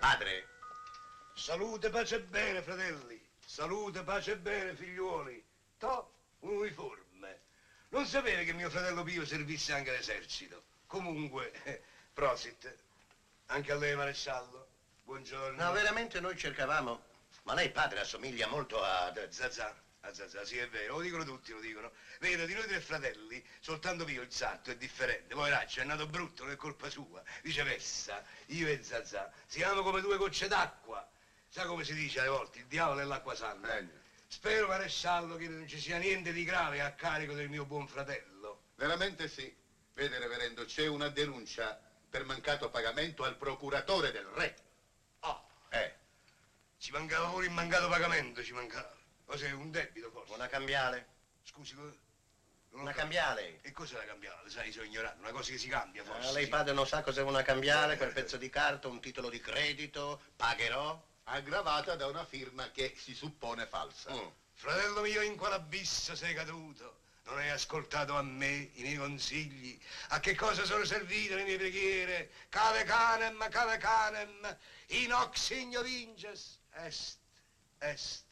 Padre. Salute, pace e bene, fratelli. Salute, pace e bene, figliuoli. Un uniforme. Non sapere che mio fratello Pio servisse anche all'esercito. Comunque, prosit. Anche a lei, maresciallo. Buongiorno. No, veramente noi cercavamo. Ma lei, padre, assomiglia molto a Zazà. A Zazà, sì, è vero. Lo dicono tutti, lo dicono. Vedo, di noi tre fratelli, soltanto Pio il sarto è differente. Poveraccio, è nato brutto, non è colpa sua. Viceversa, io e Zazà siamo come due gocce d'acqua. Sa come si dice alle volte? Il diavolo è l'acqua santa. Spero, maresciallo, che non ci sia niente di grave a carico del mio buon fratello. Veramente sì. Vede, reverendo, c'è una denuncia per mancato pagamento al procuratore del re. Oh, ci mancava pure il mancato pagamento, ci mancava. Cos'è, un debito forse? una cambiale. Scusi, Una cambiale. E cos'è la cambiale? Sai, sono ignorante, una cosa che si cambia forse. Lei, padre, non sa cos'è una cambiale, quel pezzo di carta, un titolo di credito, pagherò? Aggravata da una firma che si suppone falsa. Fratello mio, in quale abisso sei caduto? Non hai ascoltato a me, i miei consigli? A che cosa sono servite le mie preghiere? Cave canem, in hoc signo vinces, est.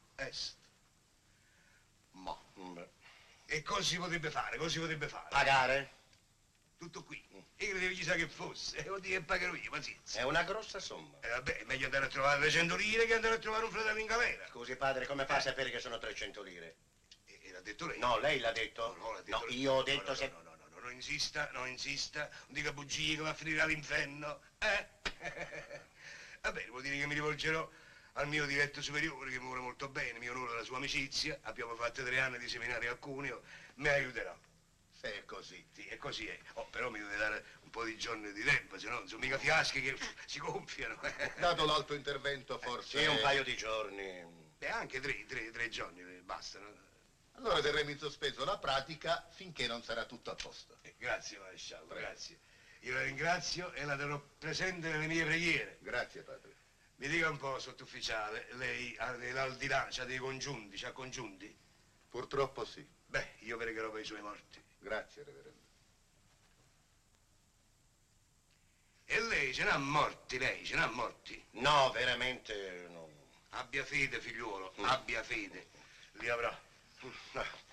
Ma. E cosa si potrebbe fare? Pagare? Tutto qui. E credevo che chissà che fosse. Vuol dire che pagherò io, pazienza. È una grossa somma. Vabbè, è meglio andare a trovare 300 lire che andare a trovare un fratello in galera. Scusi, padre, come fa a sapere che sono 300 lire? E l'ha detto lei? No, lei l'ha detto? No, l'ha detto no, lei. io ho detto se... No, non insista. Non dica bugie che va a finire all'inferno. Va bene, vuol dire che mi rivolgerò al mio diretto superiore, che mi vuole molto bene, mi onora la sua amicizia. Abbiamo fatto 3 anni di seminario a Cuneo, mi aiuterà. Se è così. Sì, è così, è. Oh, però mi deve dare un po' di giorni di tempo, se no non sono mica fiaschi che si gonfiano. Dato l'alto intervento, forse... Sì, un paio di giorni. Beh, anche 3 giorni bastano. Allora terremo in sospeso la pratica finché non sarà tutto a posto. Grazie, maresciallo, grazie. Io la ringrazio e la terrò presente nelle mie preghiere. Grazie, padre. Mi dica un po', sottufficiale, lei all'aldilà c'ha dei congiunti, c'ha congiunti? Purtroppo sì. Beh, io pregherò per i suoi morti. Grazie, reverendo. E lei ce n'ha morti, ce n'ha morti? No, veramente no. Abbia fede, figliuolo, abbia fede. Li avrà.